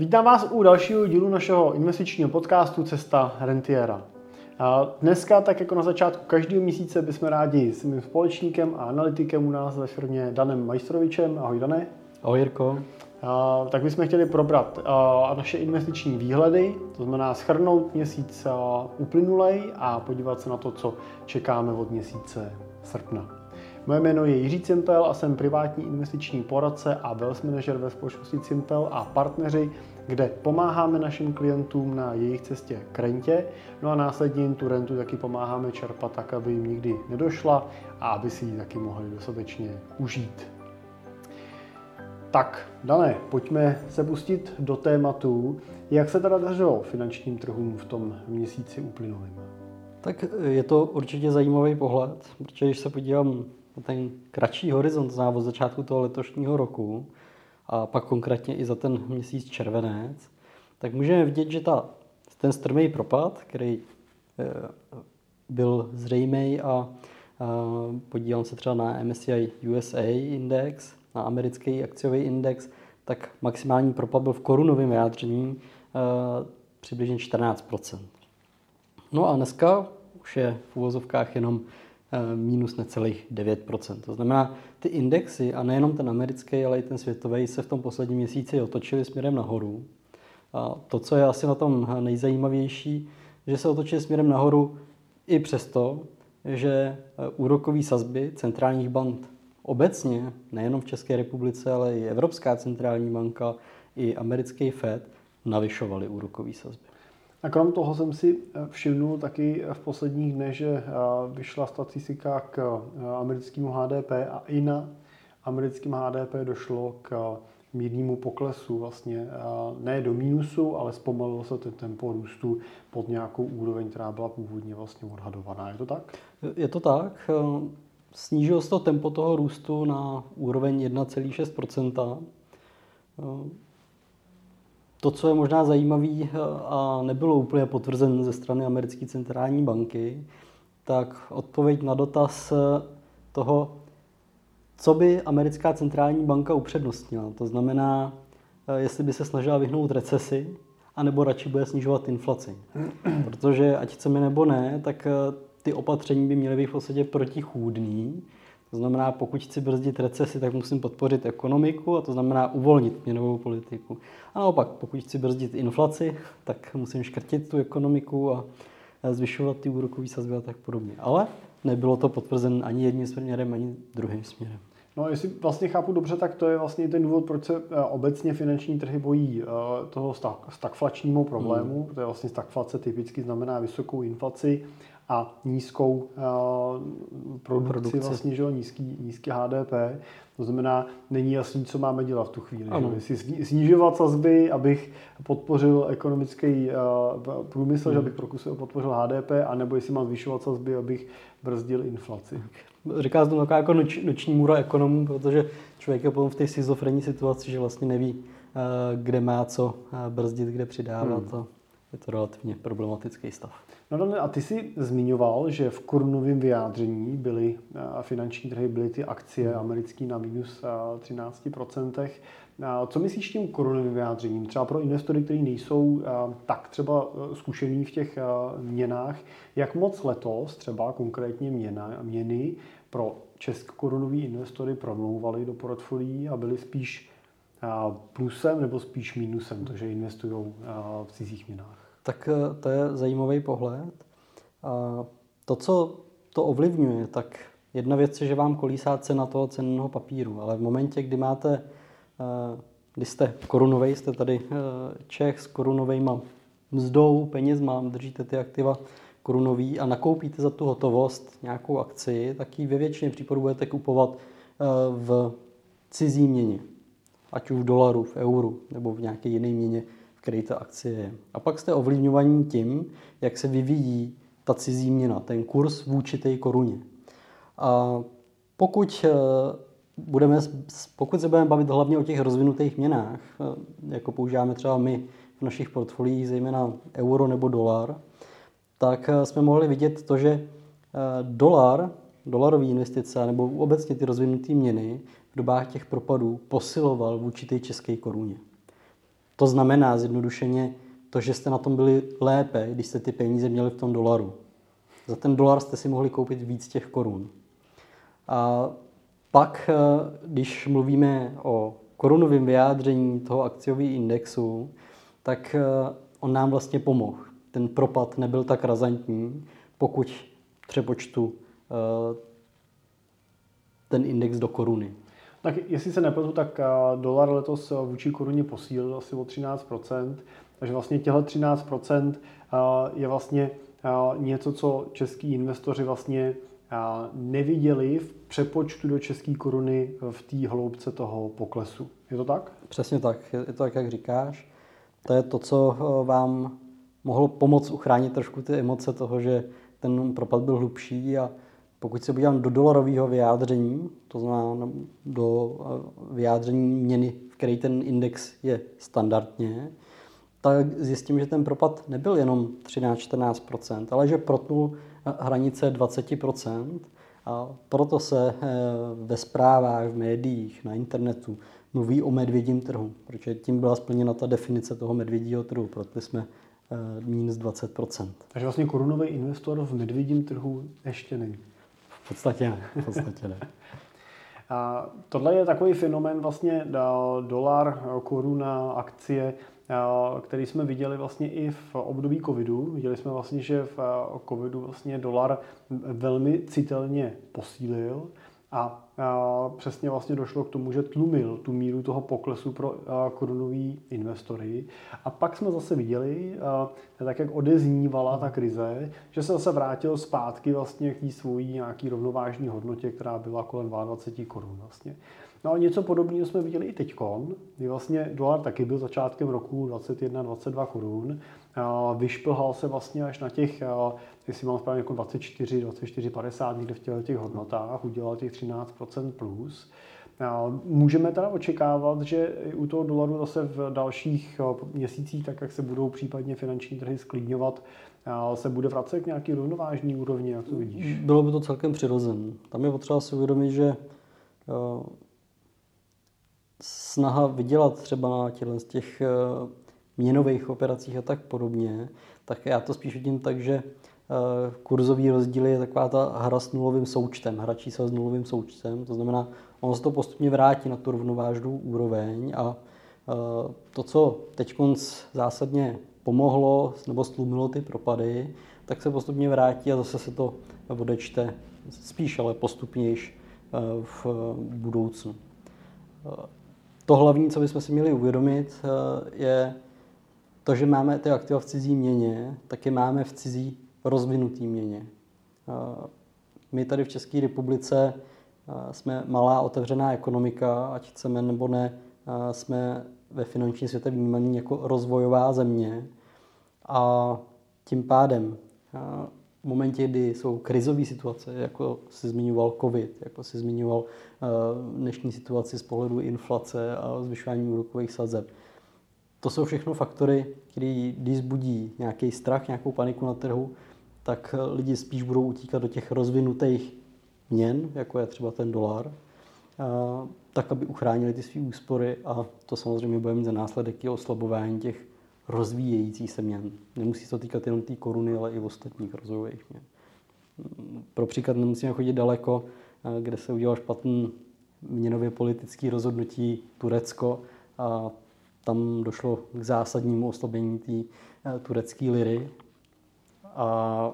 Vítám vás u dalšího dílu našeho investičního podcastu Cesta rentiera. Dneska, tak jako na začátku každého měsíce, bychom rádi s mým společníkem a analytikem u nás ve firmě Danem Majstrovičem. Ahoj, Dane. Ahoj, Jirko. Tak bychom chtěli probrat naše investiční výhledy, to znamená shrnout měsíc uplynulej a podívat se na to, co čekáme od měsíce srpna. Moje jméno je Jiří Cimpel a jsem privátní investiční poradce a wealth manager ve společnosti Cimpel a partneři, kde pomáháme našim klientům na jejich cestě k rentě, no a následně jim tu rentu taky pomáháme čerpat tak, aby jim nikdy nedošla a aby si ji taky mohli dostatečně užít. Tak, Dané, pojďme se pustit do tématu, jak se teda dařilo finančním trhům v tom měsíci uplynulým. Tak je to určitě zajímavý pohled, protože když se podívám na ten kratší horizont od začátku toho letošního roku a pak konkrétně i za ten měsíc červenec, tak můžeme vidět, že ten strmý propad, který byl zřejmý a podívám se třeba na MSCI USA index, na americký akciový index, tak maximální propad byl v korunovém vyjádření přibližně 14%. No a dneska už je v uvozovkách jenom minus necelých 9%. To znamená, ty indexy, a nejenom ten americký, ale i ten světový, se v tom posledním měsíci otočily směrem nahoru. A to, co je asi na tom nejzajímavější, že se otočily směrem nahoru i přesto, že úrokové sazby centrálních bank obecně, nejenom v České republice, ale i Evropská centrální banka, i americký Fed navyšovaly úrokové sazby. A krom toho jsem si všimnul taky v posledních dnech, že vyšla statistika k americkému HDP a i na americkém HDP došlo k mírnému poklesu, vlastně ne do mínusu, ale zpomalilo se ten tempo růstu pod nějakou úroveň, která byla původně vlastně odhadovaná. Je to tak? Je to tak. Snížilo se to tempo toho růstu na úroveň 1,6%. To, co je možná zajímavé a nebylo úplně potvrzen ze strany americké centrální banky, tak odpověď na dotaz toho, co by americká centrální banka upřednostnila. To znamená, jestli by se snažila vyhnout recesi, anebo radši bude snižovat inflaci. Protože ať chceme nebo ne, tak ty opatření by měly být v podstatě protichůdný. To znamená, pokud chci brzdit recesi, tak musím podpořit ekonomiku a to znamená uvolnit měnovou politiku. A naopak, pokud chci brzdit inflaci, tak musím škrtit tu ekonomiku a zvyšovat ty úrokové sazby a tak podobně. Ale nebylo to potvrzeno ani jedním směrem, ani druhým směrem. No, jestli vlastně chápu dobře, tak to je vlastně ten důvod, proč se obecně finanční trhy bojí toho stagflačního problému, protože vlastně stagflace typicky znamená vysokou inflaci a nízkou produkci. Vlastně, že nízký HDP. To znamená, není jasný, co máme dělat v tu chvíli. Jestli snižovat sazby, abych podpořil ekonomický průmysl, že abych podpořil HDP, anebo jestli mám zvyšovat sazby, abych brzdil inflaci. Říká se to taková jako noční můra ekonomů, protože člověk je potom v té schizofrenní situaci, že vlastně neví, kde má co brzdit, kde přidávat. A je to relativně problematický stav. No, a ty jsi zmiňoval, že v korunovém vyjádření byly finanční trhy, byly ty akcie americké na minus 13%. Co myslíš tím korunovým vyjádřením? Třeba pro investory, kteří nejsou tak třeba zkušení v těch měnách, jak moc letos třeba konkrétně měny pro českokorunový investory promlouvaly do portfolií a byly spíš plusem nebo spíš minusem, takže investují v cizích měnách? Tak to je zajímavý pohled. To, co to ovlivňuje, tak jedna věc je, že vám kolísá cena toho cenného papíru, ale v momentě, kdy máte, když jste korunovej, jste tady Čech s korunovejma mzdou, penězma, držíte ty aktiva korunový a nakoupíte za tu hotovost nějakou akci, tak ji ve většině případů budete kupovat v cizí měně. Ať už v dolaru, v euru nebo v nějaké jiné měně, v které ta akcie je. A pak jste ovlivňovaní tím, jak se vyvíjí ta cizí měna, ten kurz vůči té koruně. A pokud se budeme bavit hlavně o těch rozvinutých měnách, jako používáme třeba my v našich portfoliích, zejména euro nebo dolar, tak jsme mohli vidět to, že dolarové investice nebo obecně ty rozvinuté měny v dobách těch propadů posiloval vůči té české koruně. To znamená zjednodušeně to, že jste na tom byli lépe, když jste ty peníze měli v tom dolaru. Za ten dolar jste si mohli koupit víc těch korun. A pak, když mluvíme o korunovém vyjádření toho akciového indexu, tak on nám vlastně pomohl. Ten propad nebyl tak razantní, pokud přepočtu ten index do koruny. Tak jestli se nepletu, tak dolar letos vůči koruně posílil asi o 13%, takže vlastně těhle 13% je vlastně něco, co český investoři vlastně neviděli v přepočtu do české koruny v té hloubce toho poklesu. Je to tak? Přesně tak. Je to tak, jak říkáš. To je to, co vám mohlo pomoct uchránit trošku ty emoce toho, že ten propad byl hlubší, a pokud se podívám do dolarového vyjádření, to znamená do vyjádření měny, v který ten index je standardně, tak zjistím, že ten propad nebyl jenom 13-14%, ale že protnul hranice 20%. A proto se ve zprávách, v médiích, na internetu mluví o medvědím trhu, protože tím byla splněna ta definice toho medvědího trhu, proto jsme minus 20%. Takže vlastně korunový investor v medvědím trhu ještě není. V podstatě ne. A tohle je takový fenomén vlastně dolar, koruna, akcie, který jsme viděli vlastně i v období covidu. Viděli jsme vlastně, že v covidu vlastně dolar velmi citelně posílil a přesně vlastně došlo k tomu, že tlumil tu míru toho poklesu pro korunový investory. A pak jsme zase viděli, tak jak odeznívala ta krize, že se zase vrátil zpátky vlastně k té svojí nějaký rovnovážní hodnotě, která byla kolem 22 korun vlastně. No a něco podobného jsme viděli i teďkon, kdy vlastně dolar taky byl začátkem roku 21-22 korun. Vyšplhal se vlastně až na těch, jestli mám správně, jako 24-50 někde v těch hodnotách, udělal těch 13% plus. Můžeme teda očekávat, že i u toho dolaru zase v dalších měsících, tak jak se budou případně finanční trhy sklidňovat, se bude vracet k nějaký rovnovážný úrovni, jak to vidíš? Bylo by to celkem přirozené. Tam je potřeba si uvědomit, že snaha vydělat třeba na těch měnových operacích a tak podobně, tak já to spíš vidím tak, že kurzový rozdíl je taková ta hra s nulovým součtem, hra čísel s nulovým součtem, to znamená, ono se to postupně vrátí na tu rovnovážnou úroveň a to, co teď zásadně pomohlo nebo stlumilo ty propady, tak se postupně vrátí a zase se to odečte spíš, ale postupnější v budoucnu. To hlavní, co bychom si měli uvědomit, je to, že máme ty aktiva v cizí měně, tak je máme v cizí rozvinutý měně. My tady v České republice jsme malá otevřená ekonomika, ať chceme nebo ne, jsme ve finančním světě vnímaní jako rozvojová země a tím pádem v momentě, kdy jsou krizové situace, jako si zmiňoval covid, jako si zmiňoval dnešní situaci z pohledu inflace a zvyšování úrokových sazeb. To jsou všechno faktory, které když zbudí nějaký strach, nějakou paniku na trhu, tak lidi spíš budou utíkat do těch rozvinutých měn, jako je třeba ten dolar, tak, aby uchránili ty své úspory a to samozřejmě bude mít za následek i oslabování těch rozvíjejících se měn. Nemusí se to týkat jenom té koruny, ale i ostatních rozvojových měn. Pro příklad nemusíme chodit daleko, kde se udělal špatný měnově politický rozhodnutí Turecko a tam došlo k zásadnímu oslabení té turecké liry. A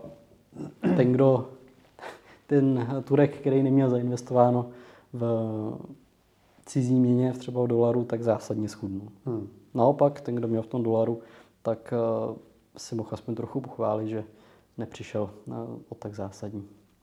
ten Turek, který neměl zainvestováno v cizí měně, třeba v dolaru, tak zásadně schudnul. Naopak, ten, kdo měl v tom dolaru, tak si mohl aspoň trochu pochválit, že nepřišel o tak zásadní.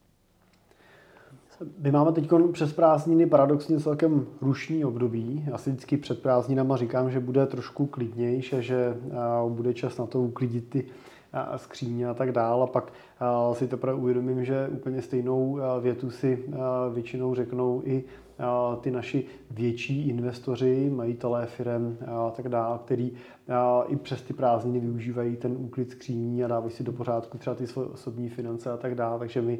My máme teď přes prázdniny paradoxně celkem rušný období. Já si vždycky před prázdninama říkám, že bude trošku klidnější a že bude čas na to uklidit ty skříně a tak dál. A pak si teprve uvědomím, že úplně stejnou větu si většinou řeknou i ty naši větší investoři, majitelé firem a tak dále, který i přes ty prázdniny využívají ten úklid skříní a dávají si do pořádku třeba ty své osobní finance a tak dále. Takže my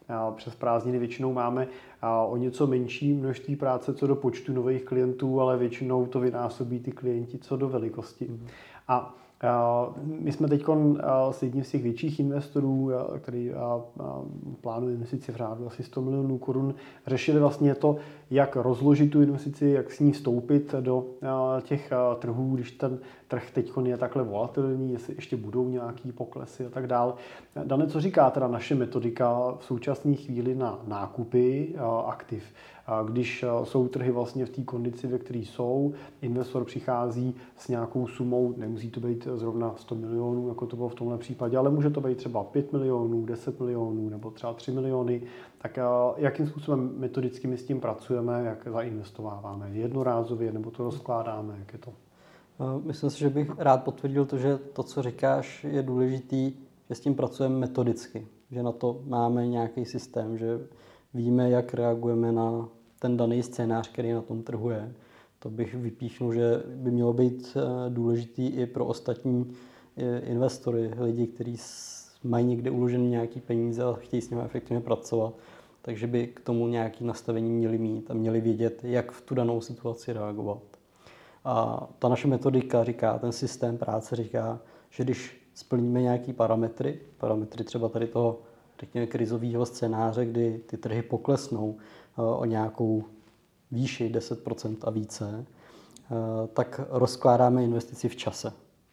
přes prázdniny většinou máme o něco menší množství práce co do počtu nových klientů, ale většinou to vynásobí ty klienti co do velikosti. A my jsme teď s jedním z těch větších investorů, který plánuje investici v řádu asi 100 milionů korun, řešili vlastně to, jak rozložit tu investici, jak s ní vstoupit do těch trhů, když ten trh teď je takhle volatilní, jestli ještě budou nějaký poklesy a tak dále. Dane, co říká teda naše metodika v současné chvíli na nákupy aktiv? Když jsou trhy vlastně v té kondici, ve které jsou, investor přichází s nějakou sumou, nemusí to být zrovna 100 milionů, jako to bylo v tomhle případě, ale může to být třeba 5 milionů, 10 milionů nebo třeba 3 miliony, tak jakým způsobem metodicky my s tím pracujeme, jak zainvestováváme? Jednorázově nebo to rozkládáme, jak je to? Myslím si, že bych rád potvrdil to, že to, co říkáš, je důležitý, že s tím pracujeme metodicky, že na to máme nějaký systém, že víme, jak reagujeme na ten daný scénář, který na tom trhu je. To bych vypíchnul, že by mělo být důležitý i pro ostatní investory, lidi, kteří mají někde uložené nějaké peníze a chtějí s nimi efektivně pracovat. Takže by k tomu nějaké nastavení měli mít a měli vědět, jak v tu danou situaci reagovat. A ta naše metodika říká, ten systém práce říká, že když splníme nějaké parametry třeba tady toho, řekněme, krizového scénáře, kdy ty trhy poklesnou o nějakou výši 10% a více, tak rozkládáme investici v čase.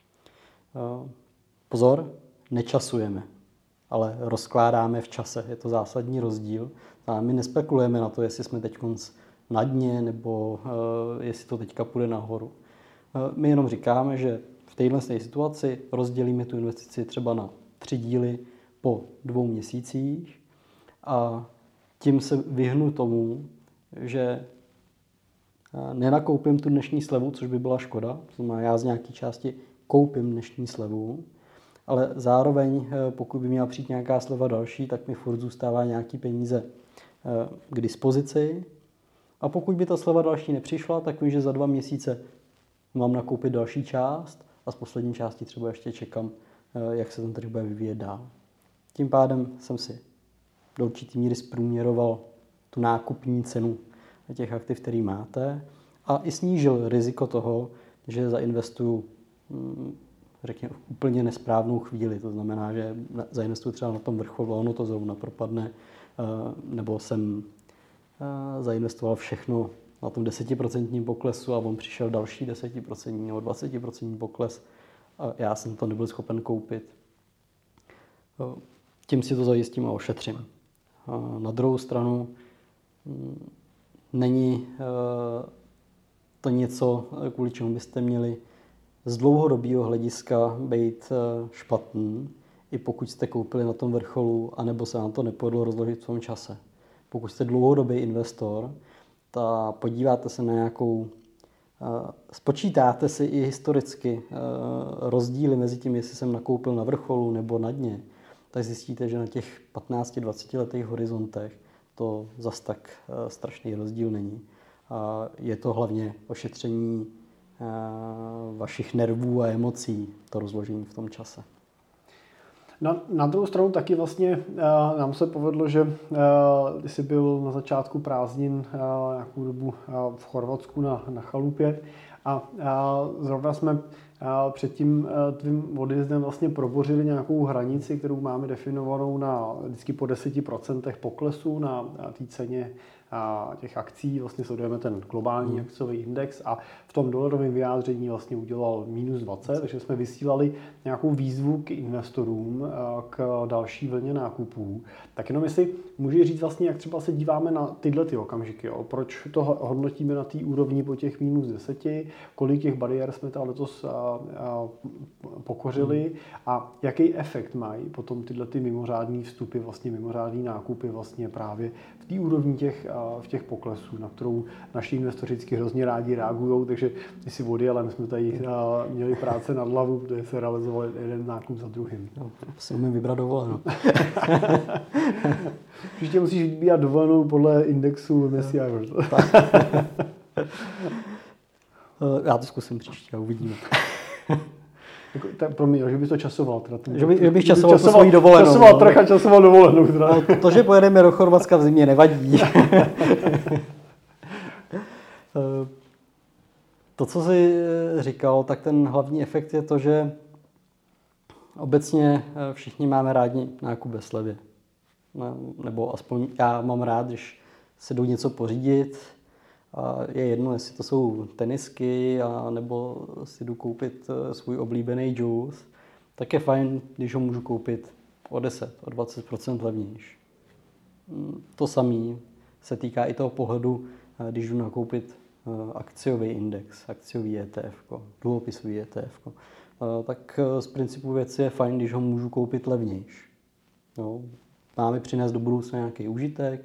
Pozor, nečasujeme, ale rozkládáme v čase. Je to zásadní rozdíl. A my nespekulujeme na to, jestli jsme teď na dně, nebo jestli to teďka půjde nahoru. My jenom říkáme, že v této situaci rozdělíme tu investici třeba na 3 díly po 2 měsících a tím se vyhnu tomu, že nenakoupím tu dnešní slevu, což by byla škoda. To znamená, já z nějaké části koupím dnešní slevu, ale zároveň, pokud by měla přijít nějaká sleva další, tak mi furt zůstává nějaký peníze k dispozici. A pokud by ta sleva další nepřišla, tak vím, že za 2 měsíce mám nakoupit další část a z poslední části třeba ještě čekám, jak se ten trh bude vyvíjet dál. Tím pádem jsem si do určitý míry zprůměroval tu nákupní cenu těch aktiv, který máte a i snížil riziko toho, že zainvestuju řekněme, v úplně nesprávnou chvíli. To znamená, že zainvestuju třeba na tom vrcholu, ono to zrovna propadne, nebo jsem zainvestoval všechno na tom 10% poklesu a on přišel další 10% nebo 20% pokles a já jsem to nebyl schopen koupit. Tím si to zajistím a ošetřím. Na druhou stranu není to něco, kvůli čemu byste měli z dlouhodobého hlediska být špatný, i pokud jste koupili na tom vrcholu, anebo se vám to nepovedlo rozložit v tom čase. Pokud jste dlouhodobý investor, tak podíváte se na nějakou, spočítáte si i historicky rozdíly mezi tím, jestli jsem nakoupil na vrcholu nebo na dně, tak zjistíte, že na těch 15-20 letých horizontech to zas tak strašný rozdíl není. A je to hlavně ošetření vašich nervů a emocí, to rozložení v tom čase. Na druhou stranu taky vlastně nám se povedlo, že jsi byl na začátku prázdnin nějakou dobu v Chorvatsku na chalupě a zrovna jsme před tím tvým odjezdem vlastně probořili nějakou hranici, kterou máme definovanou vždycky po 10% poklesu na té ceně těch akcí. Vlastně sledujeme ten globální akciový index a v tom dolarovém vyjádření vlastně udělal -20, takže jsme vysílali nějakou výzvu k investorům k další vlně nákupů. Tak jenom jestli můžeš říct vlastně, jak třeba se díváme na tyhle ty okamžiky, jo? Proč to hodnotíme na té úrovni po těch -10, kolik těch bariér jsme tam letos pokořili a jaký efekt mají potom tyhle ty mimořádné vstupy, vlastně mimořádné nákupy vlastně právě v té úrovni v těch poklesů, na kterou naši investoři vždycky hrozně rádi reagují, takže když si odjel, my jsme tady měli práce nad hlavu, protože se realizoval jeden nákup za druhým. No, si umím vybrat dovolenou. Příště musíš vybírat dovolenou podle indexu MSCI World. Já to zkusím příště a uvidíme. Pro mě, že bys to časoval. Že bych časoval svoji dovolenou. Časoval trh a časoval dovolenou. Teda. No, to, že pojedeme do Chorvatska v zimě, nevadí. To, co jsi říkal, tak ten hlavní efekt je to, že obecně všichni máme rádi nákup ve slevě. Nebo aspoň já mám rád, když se jdu něco pořídit. A je jedno, jestli to jsou tenisky, nebo si jdu koupit svůj oblíbený džus, tak je fajn, když ho můžu koupit o 10, o 20% levnější. To samé se týká i toho pohledu, když jdu nakoupit akciový index, akciový ETF, dluhopisový ETF. Tak z principu věci je fajn, když ho můžu koupit levnější. Máme přinést do budoucna nějaký užitek,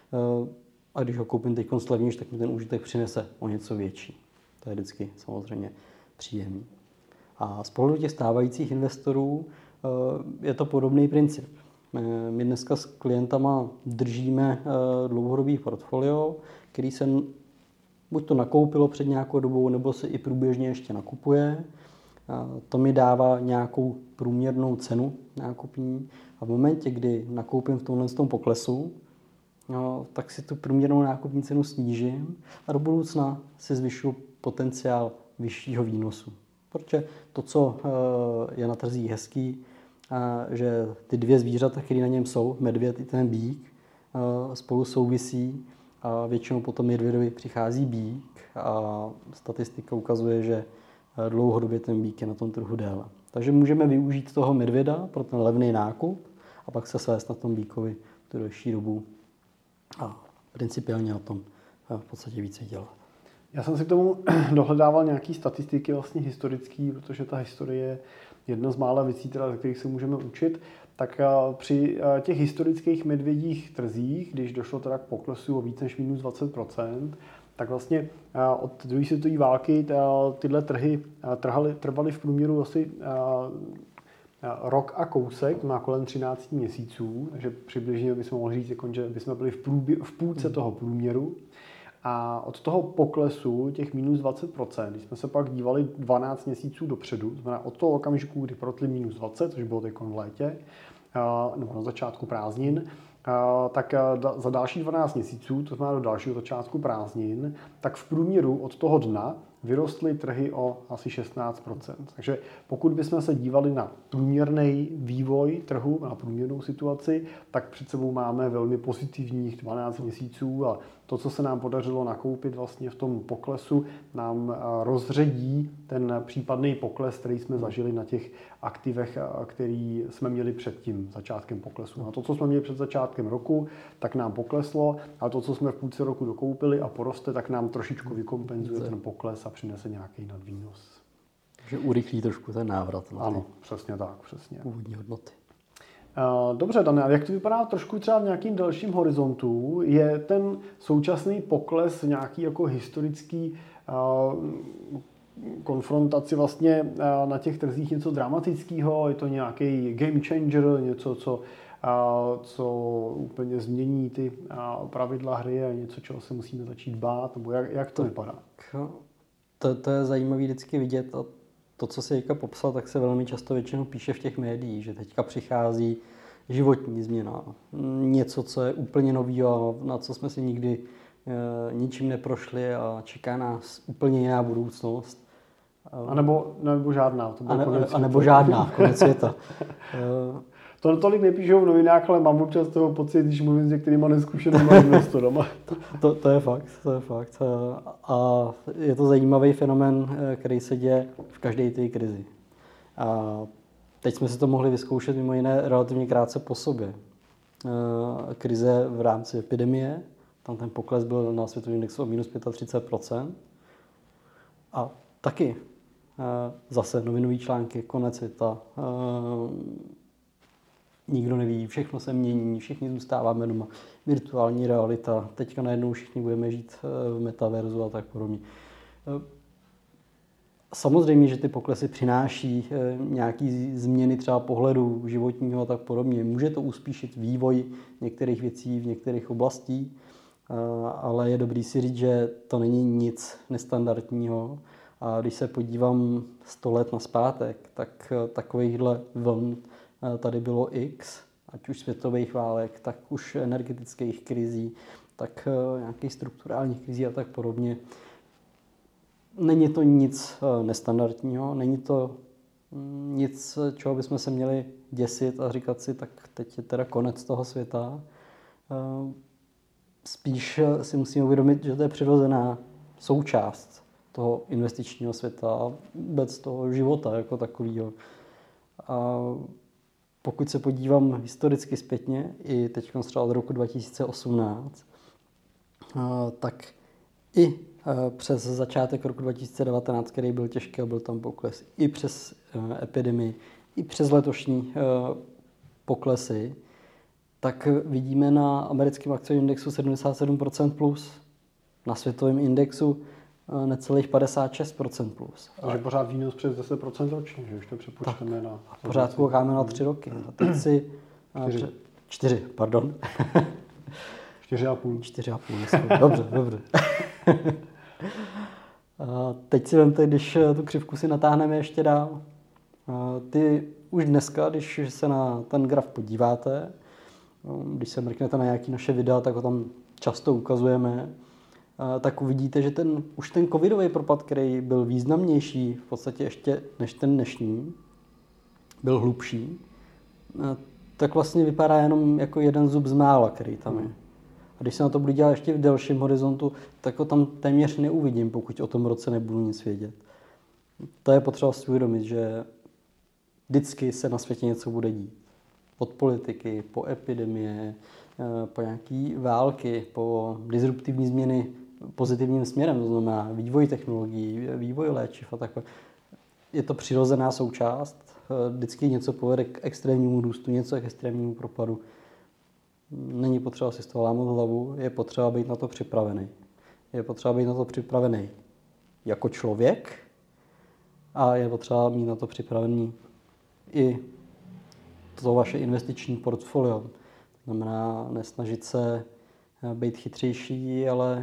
a když ho koupím teď levnější, tak mi ten užitek přinese o něco větší. To je vždycky samozřejmě příjemný. A z pohledu těch stávajících investorů je to podobný princip. My dneska s klientama držíme dlouhodobý portfolio, který se buď to nakoupilo před nějakou dobou, nebo se i průběžně ještě nakupuje. To mi dává nějakou průměrnou cenu nákupní a v momentě, kdy nakoupím v tomhle poklesu, tak si tu průměrnou nákupní cenu snížím a do budoucna si zvyšuju potenciál vyššího výnosu. Protože to, co je na trzích hezký, že ty dvě zvířata, které na něm jsou, medvěd i ten býk, spolu souvisí a většinou potom medvědovi přichází býk a statistika ukazuje, že dlouhodobě ten býk je na tom trhu déle. Takže můžeme využít toho medvěda pro ten levný nákup a pak se svést na tom býkovi tu delší dobu a principiálně na tom v podstatě více dělat. Já jsem si k tomu dohledával nějaké statistiky vlastně historické, protože ta historie je jedna z mála věcí, ze kterých se můžeme učit. Tak při těch historických medvědích trzích, když došlo teda k poklesu o víc než minus 20%, tak vlastně od druhé světové války tyhle trhy trvaly v průměru asi rok a kousek, má kolem 13 měsíců, takže přibližně bychom mohli říct, že bychom byli v půlce toho průměru. A od toho poklesu těch minus 20%, když jsme se pak dívali 12 měsíců dopředu, to znamená od toho okamžiku, kdy protli minus 20, což bylo teď v létě, nebo na začátku prázdnin, tak za další 12 měsíců, to znamená do dalšího začátku prázdnin, tak v průměru od toho dna vyrostly trhy o asi 16%. Takže pokud bychom se dívali na průměrný vývoj trhu, na průměrnou situaci, tak před sebou máme velmi pozitivních 12 měsíců a to, co se nám podařilo nakoupit vlastně v tom poklesu, nám rozředí ten případný pokles, který jsme zažili na těch aktivech, který jsme měli před tím začátkem poklesu. A to, co jsme měli před začátkem roku, tak nám pokleslo, a to, co jsme v půlce roku dokoupili a poroste, tak nám trošičku vykompenzuje ten pokles a přinese nějaký nadvýnos. Takže urychlí trošku ten návrat. Ano, přesně tak, přesně. Původní hodnoty. Dobře, Dane, ale jak to vypadá trošku třeba v nějakým dalším horizontu? Je ten současný pokles nějaký jako historický konfrontaci vlastně na těch trzích něco dramatického? Je to nějaký game changer, něco, co úplně změní ty pravidla hry a něco, čeho se musíme začít bát? Nebo jak to vypadá? To je zajímavé vždycky vidět a to, co se teďka popsal, tak se velmi často většinou píše v těch médiích, že teďka přichází životní změna. Něco, co je úplně nového, na co jsme si nikdy ničím neprošli a čeká nás úplně jiná budoucnost. A nebo žádná. Nebo žádná, konec světa. To tolik nepíšou v novinách, ale mám občas toho pocit, když mluvím s některýma neskušenýma investorama. To je fakt. A je to zajímavý fenomén, který se děje v každé té krizi. A teď jsme si to mohli vyzkoušet mimo jiné relativně krátce po sobě. Krize v rámci epidemie, tam ten pokles byl na světovém indexu o minus 35%. A taky zase novinové články, konec světa, nikdo neví, všechno se mění, všichni zůstáváme doma, virtuální realita, teďka najednou všichni budeme žít v metaverzu a tak podobně. Samozřejmě, že ty poklesy přináší nějaké změny třeba pohledu životního a tak podobně. Může to uspíšit vývoj některých věcí v některých oblastí, ale je dobrý si říct, že to není nic nestandardního A když se podívám 100 let nazpátek, tak takovýchhle vln tady bylo X, ať už světových válek, tak už energetických krizí, tak nějakých strukturálních krizí a tak podobně. Není to nic nestandardního, není to nic, čeho bychom se měli děsit a říkat si, tak teď je teda konec toho světa. Spíš si musíme uvědomit, že to je přirozená součást toho investičního světa a vůbec toho života jako takového. A pokud se podívám historicky zpětně, i teď třeba od roku 2018, tak i přes začátek roku 2019, který byl těžký a byl tam pokles, i přes epidemii, i přes letošní poklesy, tak vidíme na americkém akciovém indexu 77% plus, na světovém indexu necelých 56% plus. Takže pořád výnos přes 10% ročně, že už to přepočteme na... Pořád koukáme na 3 roky. A teď si... 4, pardon. 4,5. Dobře. A teď si vemte, když tu křivku si natáhneme ještě dál. Ty už dneska, když se na ten graf podíváte, když se mrknete na nějaké naše videa, tak ho tam často ukazujeme, tak uvidíte, že už ten covidový propad, který byl významnější v podstatě ještě než ten dnešní, byl hlubší, tak vlastně vypadá jenom jako jeden zub z mála, který tam je. A když se na to budu dělat ještě v delším horizontu, tak ho tam téměř neuvidím, pokud o tom roce nebudu nic vědět. To je potřeba si uvědomit, že vždycky se na světě něco bude dít. Od politiky, po epidemie, po nějaké války, po disruptivní změny pozitivním směrem, to znamená vývoj technologií, vývoj léčiv a takové. Je to přirozená součást, vždycky něco povede k extrémnímu růstu, něco k extrémnímu propadu. Není potřeba si z toho lámat hlavu, je potřeba být na to připravený. Je potřeba být na to připravený jako člověk a je potřeba mít na to připravený i to vaše investiční portfolio. To znamená nesnažit se být chytřejší, ale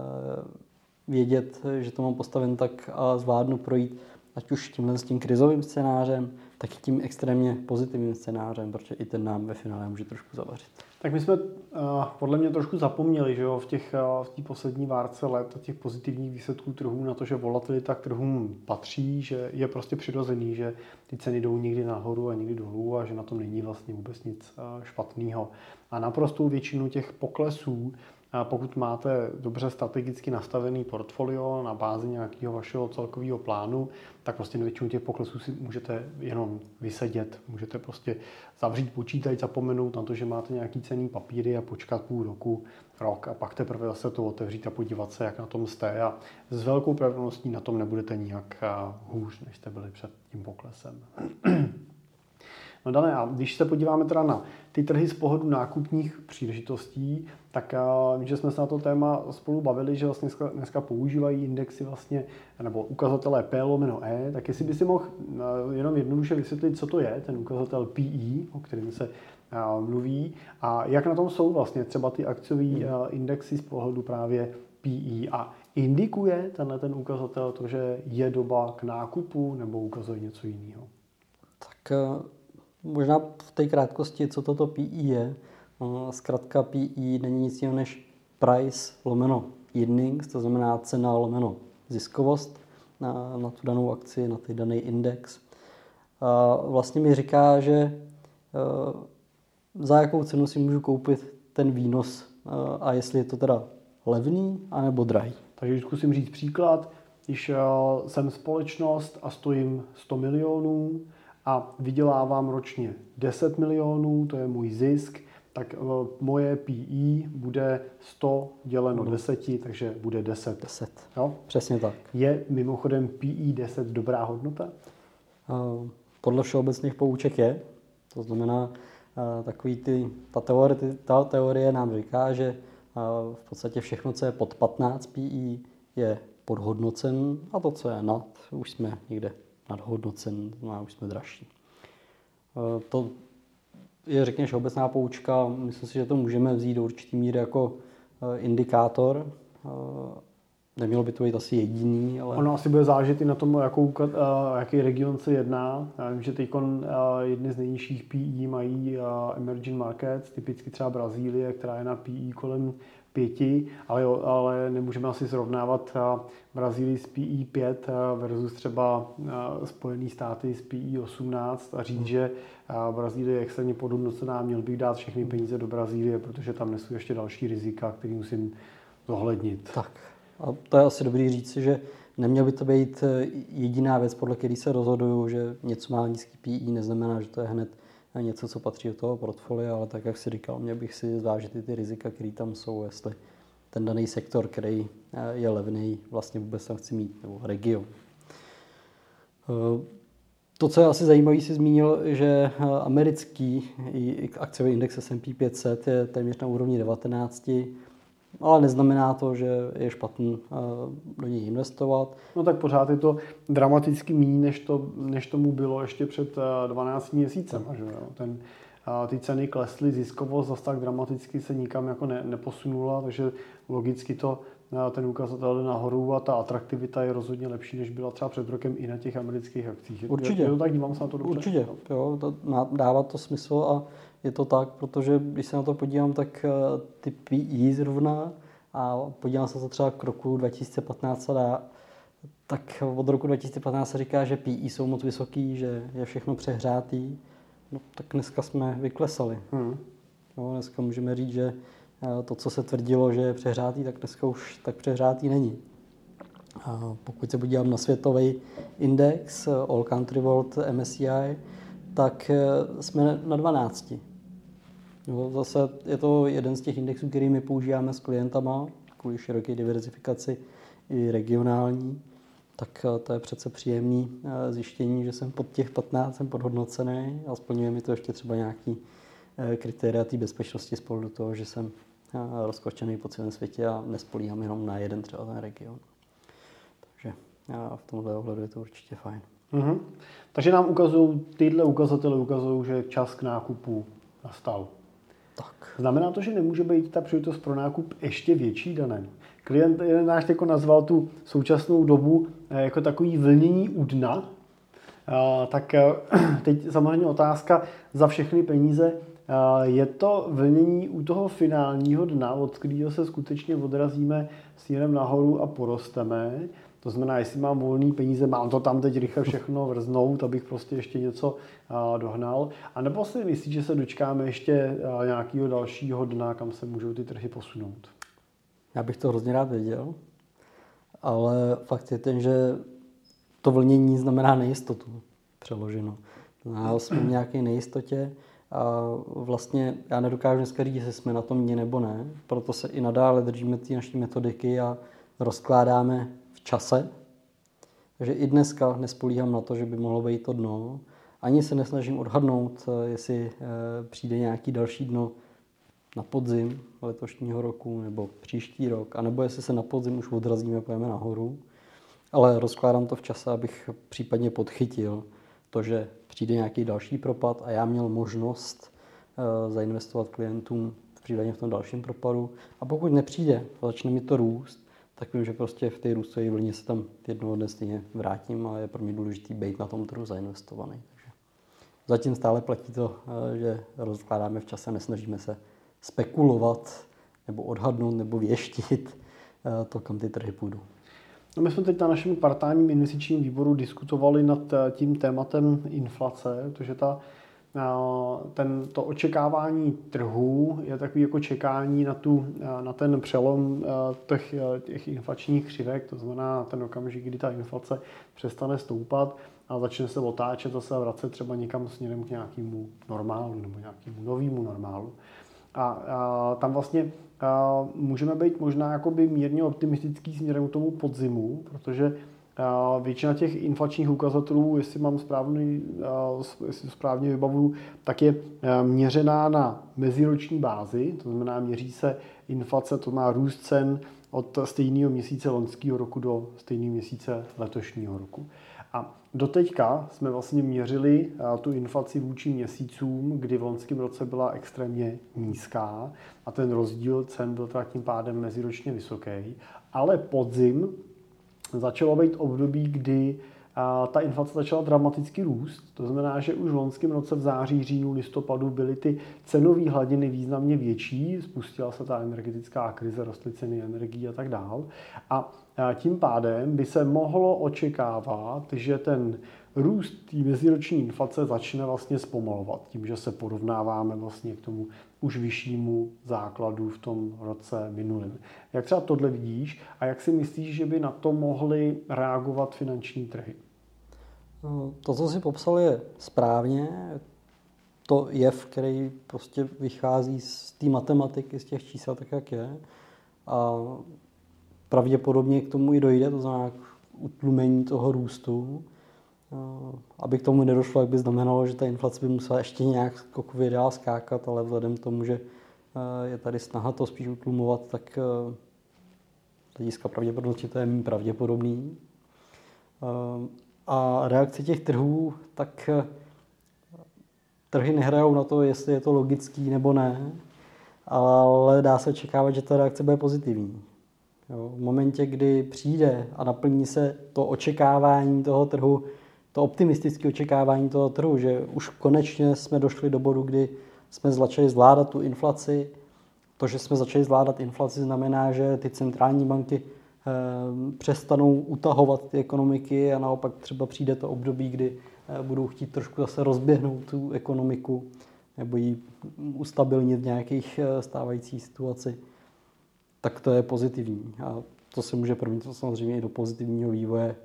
vědět, že to mám postaven tak a zvládnu projít ať už tímhle s tím krizovým scénářem, tak i tím extrémně pozitivním scénářem, protože i ten nám ve finále může trošku zavařit. Tak my jsme podle mě trošku zapomněli, že jo, v té poslední várce let těch pozitivních výsledků trhů na to, že volatilita k trhům patří, že je prostě přirozený, že ty ceny jdou někdy nahoru a někdy dolů a že na tom není vlastně vůbec nic špatného. A naprostou většinu těch poklesů, pokud máte dobře strategicky nastavený portfolio na bázi nějakého vašeho celkového plánu, tak prostě většinu těch poklesů si můžete jenom vysedět. Můžete prostě zavřít počítač, zapomenout na to, že máte nějaký cenný papíry a počkat půl roku, rok a pak teprve zase to otevřít a podívat se, jak na tom jste. A s velkou pravděpodobností na tom nebudete nijak hůř, než jste byli před tím poklesem. No Dané, a když se podíváme teda na ty trhy z pohledu nákupních příležitostí, tak že jsme se na to téma spolu bavili, že vlastně dneska používají indexy vlastně, nebo ukazatele P/E, tak jestli by si mohl jenom jednoduše vysvětlit, co to je, ten ukazatel PE, o kterém se mluví, a jak na tom jsou vlastně třeba ty akciové indexy z pohledu právě PE a indikuje ten ukazatel to, že je doba k nákupu, nebo ukazuje něco jiného? Tak možná v té krátkosti, co toto PE je. Zkrátka PE není nic jiného než price lomeno earnings, to znamená cena lomeno ziskovost na tu danou akci, na ten daný index. A vlastně mi říká, že za jakou cenu si můžu koupit ten výnos a jestli je to teda levný anebo drahý. Takže když zkusím říct příklad, když jsem společnost a stojím 100 milionů a vydělávám ročně 10 milionů, to je můj zisk, tak moje PE bude 100 děleno 10, takže bude 10. 10. Jo? Přesně tak. Je mimochodem PE 10 dobrá hodnota? Podle všeobecných pouček je. To znamená, ta teorie nám říká, že v podstatě všechno, co je pod 15 PE, je podhodnocen a to, co je nad, už jsme někde nadhodnocen, a už jsme dražší. To je, řekněme, všeobecná poučka. Myslím si, že to můžeme vzít do určitý míry jako indikátor. nemělo by to být asi jediný, ale... Ono asi bude záležet i na tom, jaký region se jedná. Já vím, že teď jedny z nejnižších PE mají emerging markets, typicky třeba Brazílie, která je na PE kolem 5, ale nemůžeme asi srovnávat Brazílii s PE 5 versus třeba Spojené státy s PE 18 a říct, že Brazílie je extrémně podhodnocená, měl bych dát všechny peníze do Brazílie, protože tam nesou ještě další rizika, který musím zohlednit. Tak. A to je asi dobrý říci, že neměl by to být jediná věc, podle které se rozhoduju, že něco má nízký PE, neznamená, že to je hned něco, co patří do toho portfolia, ale tak, jak si říkal, měl bych si zvážit i ty rizika, které tam jsou, jestli ten daný sektor, který je levný, vlastně vůbec tam chci mít, nebo region. To, co je asi zajímavé, si zmínil, že americký akciový index S&P 500 je téměř na úrovni 19, ale neznamená to, že je špatný do něj investovat. No tak pořád je to dramaticky méně, než tomu bylo ještě před 12 měsícem. Že jo? Ty ceny klesly, ziskovost zase tak dramaticky se nikam jako neposunula, takže logicky ten ukazatel jde nahoru a ta atraktivita je rozhodně lepší, než byla třeba před rokem i na těch amerických akcích. Určitě. Je to tak, dívám se na to dobře? Určitě, jo, dává to smysl a je to tak, protože když se na to podívám, tak ty PE zrovna a podívám se to třeba k roku 2015 tak od roku 2015 se říká, že PE jsou moc vysoký, že je všechno přehrátý. No, tak dneska jsme vyklesali. No, dneska můžeme říct, že to, co se tvrdilo, že je přehrátý, tak dneska už tak přehrátý není. A pokud se podívám na světový index All Country World MSCI, tak jsme na 12. No, zase je to jeden z těch indexů, který my používáme s klientama kvůli široké diverzifikaci i regionální. Tak to je přece příjemné zjištění, že jsem pod těch 15 jsem podhodnocený a splňuje mi to ještě třeba nějaký kritéria té bezpečnosti z pohledu toho, že jsem rozkočený po celém světě a nespolíhám jenom na jeden třeba ten region. Takže v tomhle ohledu je to určitě fajn. Mm-hmm. Takže nám tyhle ukazatele ukazují, že čas k nákupu nastal. Tak. Znamená to, že nemůže být ta příležitost pro nákup ještě větší, Danen? Klient náš jako nazval tu současnou dobu jako takový vlnění u dna. Tak teď samozřejmě otázka za všechny peníze. Je to vlnění u toho finálního dna, od kterého se skutečně odrazíme směrem nahoru a porosteme? To znamená, jestli mám volný peníze, mám to tam teď rychle všechno vrznout, abych prostě ještě něco dohnal. A nebo si myslíš, že se dočkáme ještě nějakého dalšího dna, kam se můžou ty trhy posunout? Já bych to hrozně rád věděl, ale fakt je ten, že to vlnění znamená nejistotu, přeloženo. Já jsme v nějaké nejistotě a vlastně já nedokážu dneska říct, jestli jsme na tom dně nebo ne, proto se i nadále držíme ty naší metodiky a rozkládáme v čase. Takže i dneska nespolíhám na to, že by mohlo být to dno. Ani se nesnažím odhadnout, jestli přijde nějaký další dno na podzim letošního roku nebo příští rok, anebo jestli se na podzim už odrazíme a pojeme nahoru. Ale rozkládám to v čase, abych případně podchytil to, že přijde nějaký další propad a já měl možnost zainvestovat klientům případně v tom dalším propadu. A pokud nepřijde a začne mi to růst, tak vím, že prostě v té růstové vlně se tam jednoho dne stejně vrátím a je pro mě důležitý být na tom trhu zainvestovaný. Takže zatím stále platí to, že rozkládáme v čase, nesnažíme se spekulovat nebo odhadnout nebo věštit to, kam ty trhy půjdou. No my jsme teď na našem kvartálním investičním výboru diskutovali nad tím tématem inflace, protože to očekávání trhů je takový jako čekání na ten přelom těch inflačních křivek, to znamená ten okamžik, kdy ta inflace přestane stoupat a začne se otáčet zase a vracet třeba někam směrem k nějakému normálu nebo nějakému novému normálu. A tam vlastně můžeme být možná jakoby mírně optimistický směrem k tomu podzimu, protože většina těch inflačních ukazatelů, jestli správně vybavuju, tak je měřená na meziroční bázi, to znamená měří se inflace, to má růst cen od stejného měsíce loňského roku do stejného měsíce letošního roku. A doteďka jsme vlastně měřili tu inflaci vůči měsícům, kdy v loňském roce byla extrémně nízká a ten rozdíl cen byl teda tím pádem meziročně vysoký. Ale podzim začalo být období, kdy ta inflace začala dramaticky růst. To znamená, že už v loňském roce v září, říjnu, listopadu byly ty cenové hladiny významně větší, spustila se ta energetická krize, rostly ceny energií a tak dál. A tím pádem by se mohlo očekávat, že ten růst té meziroční inflace začne vlastně zpomalovat, tím, že se porovnáváme vlastně k tomu už vyššímu základu v tom roce minulém. Jak třeba tohle vidíš a jak si myslíš, že by na to mohly reagovat finanční trhy? To, co jsi popsal, je správně. To jev, který prostě vychází z té matematiky, z těch čísel, tak jak je. A pravděpodobně k tomu i dojde, to znamená k utlumení toho růstu. Aby k tomu nedošlo, jak by znamenalo, že ta inflace by musela ještě nějak skokově dál skákat, ale vzhledem k tomu, že je tady snaha to spíš utlumovat, tak z hlediska pravděpodobnosti to je méně pravděpodobný. A reakce těch trhů, tak trhy nehrajou na to, jestli je to logický nebo ne, ale dá se očekávat, že ta reakce bude pozitivní. Jo, v momentě, kdy přijde a naplní se to očekávání toho trhu, to optimistické očekávání toho trhu, že už konečně jsme došli do bodu, kdy jsme začali zvládat tu inflaci. To, že jsme začali zvládat inflaci, znamená, že ty centrální banky přestanou utahovat ty ekonomiky a naopak třeba přijde to období, kdy budou chtít trošku zase rozběhnout tu ekonomiku nebo ji ustabilnit v nějakých stávající situaci. Tak to je pozitivní. A to se může promítnout samozřejmě i do pozitivního vývoje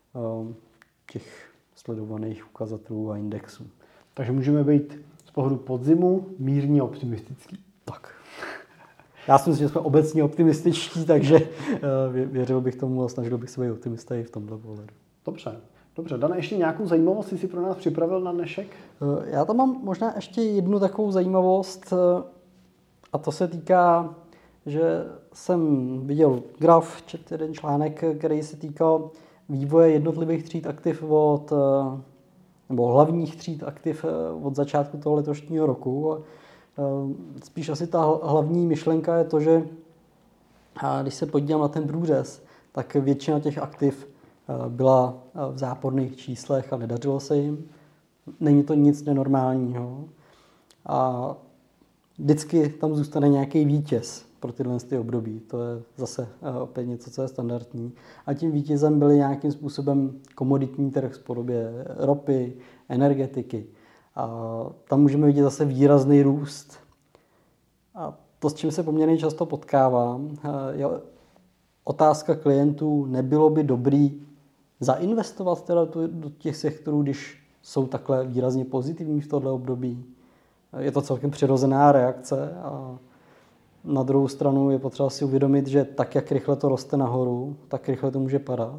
těch sledovaných ukazatelů a indexů. Takže můžeme být z pohledu podzimu mírně optimistický. Tak. Já si myslím, že jsme obecně optimističtí, takže věřil bych tomu a snažil bych se být optimista i v tomhle pohledu. Dobře. Dane, ještě nějakou zajímavost jsi pro nás připravil na dnešek? Já tam mám možná ještě jednu takovou zajímavost a to se týká, že jsem viděl graf, četl jeden článek, který se týkal vývoje jednotlivých tříd aktiv nebo hlavních tříd aktiv od začátku toho letošního roku. Spíš asi ta hlavní myšlenka je to, že když se podívám na ten průřez, tak většina těch aktiv byla v záporných číslech a nedařilo se jim. Není to nic nenormálního. A vždycky tam zůstane nějaký vítěz pro tyhle období. To je zase opět něco, co je standardní. A tím vítězem byly nějakým způsobem komoditní trh v podobě ropy, energetiky. A tam můžeme vidět zase výrazný růst. A to, s čím se poměrně často potkávám, je otázka klientů, nebylo by dobrý zainvestovat teda do těch sektorů, když jsou takhle výrazně pozitivní v tohle období. Je to celkem přirozená reakce a na druhou stranu je potřeba si uvědomit, že tak, jak rychle to roste nahoru, tak rychle to může padat.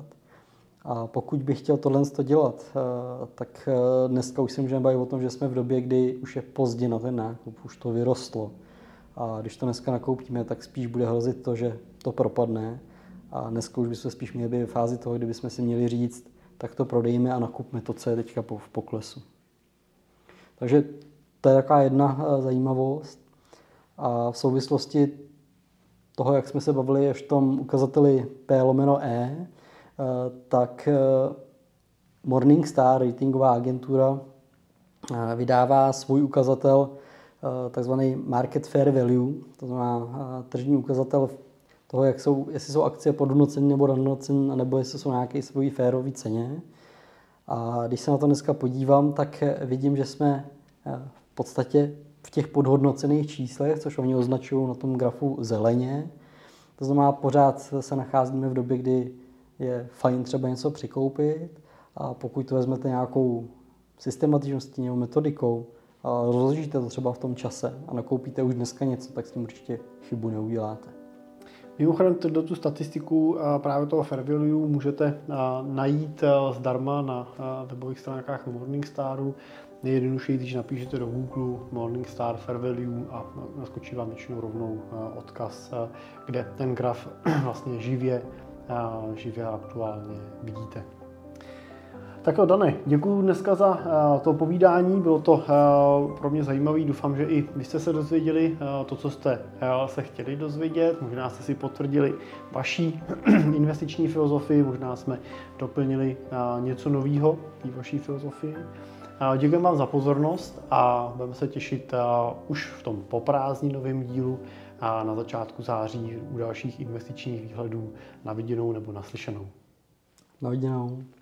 A pokud bych chtěl tohle dělat, tak dneska už se můžeme bavit o tom, že jsme v době, kdy už je pozdě na ten nákup, už to vyrostlo. A když to dneska nakoupíme, tak spíš bude hrozit to, že to propadne. A dneska už bychom spíš měli být v fázi toho, kdybychom si měli říct, tak to prodejme a nakupme to, co je teďka v poklesu. Takže to je taková jedna zajímavost. A v souvislosti toho, jak jsme se bavili v tom ukazateli P/E, tak Morningstar, ratingová agentura, vydává svůj ukazatel, takzvaný Market Fair Value, to znamená tržní ukazatel toho, jestli jsou akcie podhodnocené nebo nadhodnocené, nebo jestli jsou nějaké svojí férový ceně. A když se na to dneska podívám, tak vidím, že jsme v podstatě v těch podhodnocených číslech, což oni označují na tom grafu zeleně. To znamená, pořád se nacházíme v době, kdy je fajn třeba něco přikoupit a pokud to vezmete nějakou systematičností nebo metodikou a rozložíte to třeba v tom čase a nakoupíte už dneska něco, tak s tím určitě chybu neuděláte. Mimochodem, tu statistiku právě toho Fair Value můžete najít zdarma na webových stránkách Morningstaru. Nejjednodušeji, když napíšete do Google Morningstar Fair Value a naskočí vám většinou rovnou odkaz, kde ten graf vlastně živě aktuálně vidíte. Tak jo, Dane, děkuji dneska za to povídání, bylo to pro mě zajímavé, doufám, že i vy jste se dozvěděli to, co jste se chtěli dozvědět, možná jste si potvrdili vaší investiční filozofii, možná jsme doplnili něco nového v vaší filozofii. Děkuji vám za pozornost a budeme se těšit už v tom poprázdninovém dílu a na začátku září u dalších investičních výhledů. Na viděnou nebo naslyšenou. Na viděnou.